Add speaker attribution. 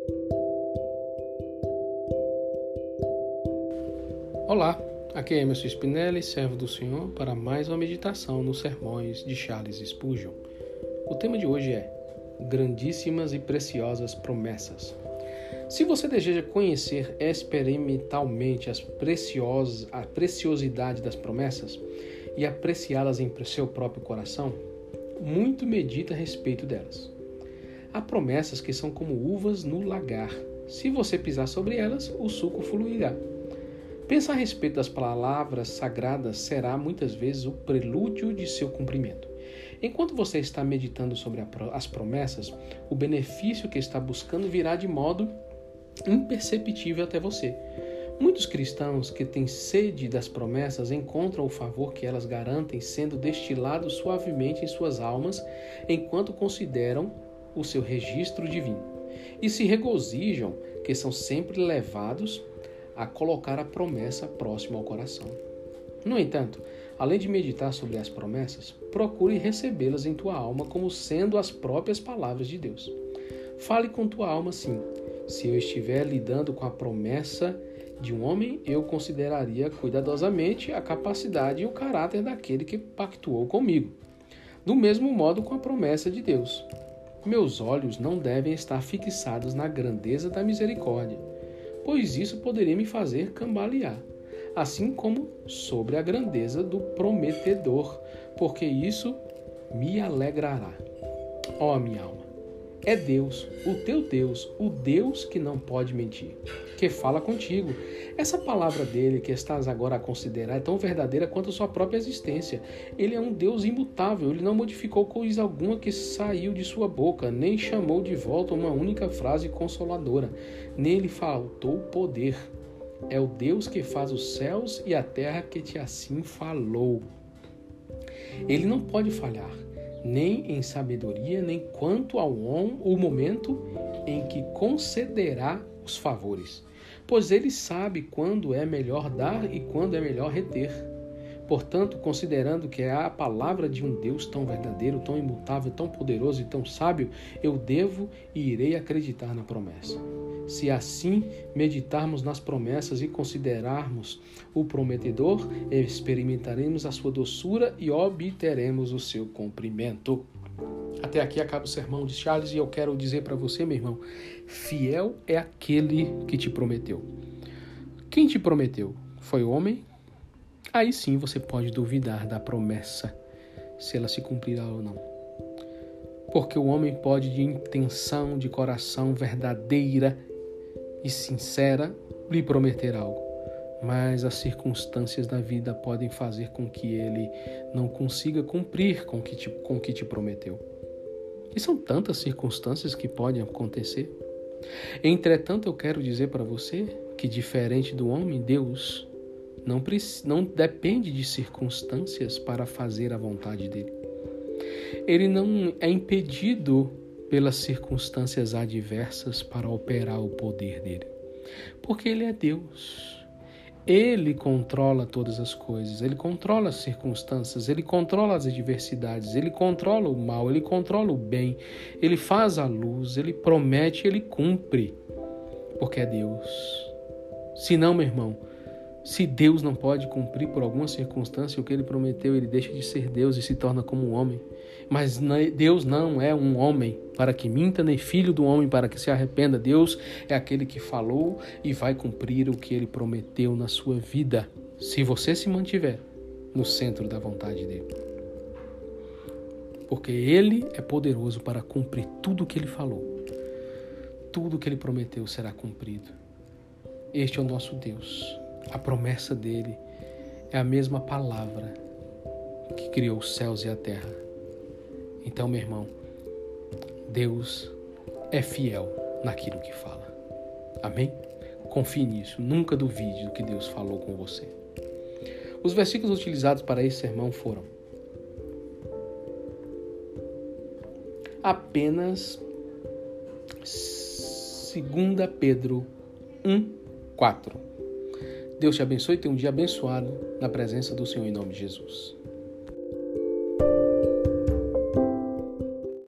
Speaker 1: Olá, aqui é Emerson Spinelli, servo do Senhor, para mais uma meditação nos sermões de Charles Spurgeon. O tema de hoje é Grandíssimas e Preciosas Promessas. Se você deseja conhecer experimentalmente a preciosidade das promessas e apreciá-las em seu próprio coração, muito medita a respeito delas. Há promessas que são como uvas no lagar. Se você pisar sobre elas, o suco fluirá. Pensar a respeito das palavras sagradas será muitas vezes o prelúdio de seu cumprimento. Enquanto você está meditando sobre as promessas, o benefício que está buscando virá de modo imperceptível até você. Muitos cristãos que têm sede das promessas encontram o favor que elas garantem sendo destilado suavemente em suas almas enquanto consideram o seu registro divino e se regozijam que são sempre levados a colocar a promessa próxima ao coração. No entanto, além de meditar sobre as promessas, procure recebê-las em tua alma como sendo as próprias palavras de Deus. Fale com tua alma assim: se eu estiver lidando com a promessa de um homem, eu consideraria cuidadosamente a capacidade e o caráter daquele que pactuou comigo. Do mesmo modo com a promessa de Deus. Meus olhos não devem estar fixados na grandeza da misericórdia, pois isso poderia me fazer cambalear, assim como sobre a grandeza do prometedor, porque isso me alegrará. Ó minha alma, é Deus, o teu Deus, o Deus que não pode mentir, que fala contigo. Essa palavra dele que estás agora a considerar é tão verdadeira quanto a sua própria existência. Ele é um Deus imutável, ele não modificou coisa alguma que saiu de sua boca, nem chamou de volta uma única frase consoladora. Nele faltou poder. É o Deus que faz os céus e a terra que te assim falou. Ele não pode falhar, nem em sabedoria, nem quanto ao momento em que concederá os favores, pois ele sabe quando é melhor dar e quando é melhor reter. Portanto, considerando que é a palavra de um Deus tão verdadeiro, tão imutável, tão poderoso e tão sábio, eu devo e irei acreditar na promessa. Se assim meditarmos nas promessas e considerarmos o prometedor, experimentaremos a sua doçura e obteremos o seu cumprimento. Até aqui acaba o sermão de Charles e eu quero dizer para você, meu irmão, fiel é aquele que te prometeu. Quem te prometeu? Foi o homem? Aí sim você pode duvidar da promessa, se ela se cumprirá ou não. Porque o homem pode, de intenção, de coração verdadeira e sincera, lhe prometer algo, mas as circunstâncias da vida podem fazer com que ele não consiga cumprir com o que te prometeu. E são tantas circunstâncias que podem acontecer. Entretanto, eu quero dizer para você que, diferente do homem, Deus não depende de circunstâncias para fazer a vontade dele. Ele não é impedido pelas circunstâncias adversas para operar o poder dele, porque ele é Deus. Ele controla todas as coisas, ele controla as circunstâncias, ele controla as adversidades, ele controla o mal, ele controla o bem, ele faz a luz, ele promete, ele cumpre, porque é Deus. Se não, meu irmão, se Deus não pode cumprir por alguma circunstância o que ele prometeu, ele deixa de ser Deus e se torna como um homem. Mas Deus não é um homem para que minta, nem filho do homem para que se arrependa. Deus é aquele que falou e vai cumprir o que ele prometeu na sua vida, se você se mantiver no centro da vontade dele. Porque ele é poderoso para cumprir tudo o que ele falou. Tudo o que ele prometeu será cumprido. Este é o nosso Deus. A promessa dele é a mesma palavra que criou os céus e a terra. Então, meu irmão, Deus é fiel naquilo que fala. Amém? Confie nisso. Nunca duvide do que Deus falou com você. Os versículos utilizados para esse sermão foram apenas 2 Pedro 1:4. Deus te abençoe e tenha um dia abençoado na presença do Senhor em nome de Jesus.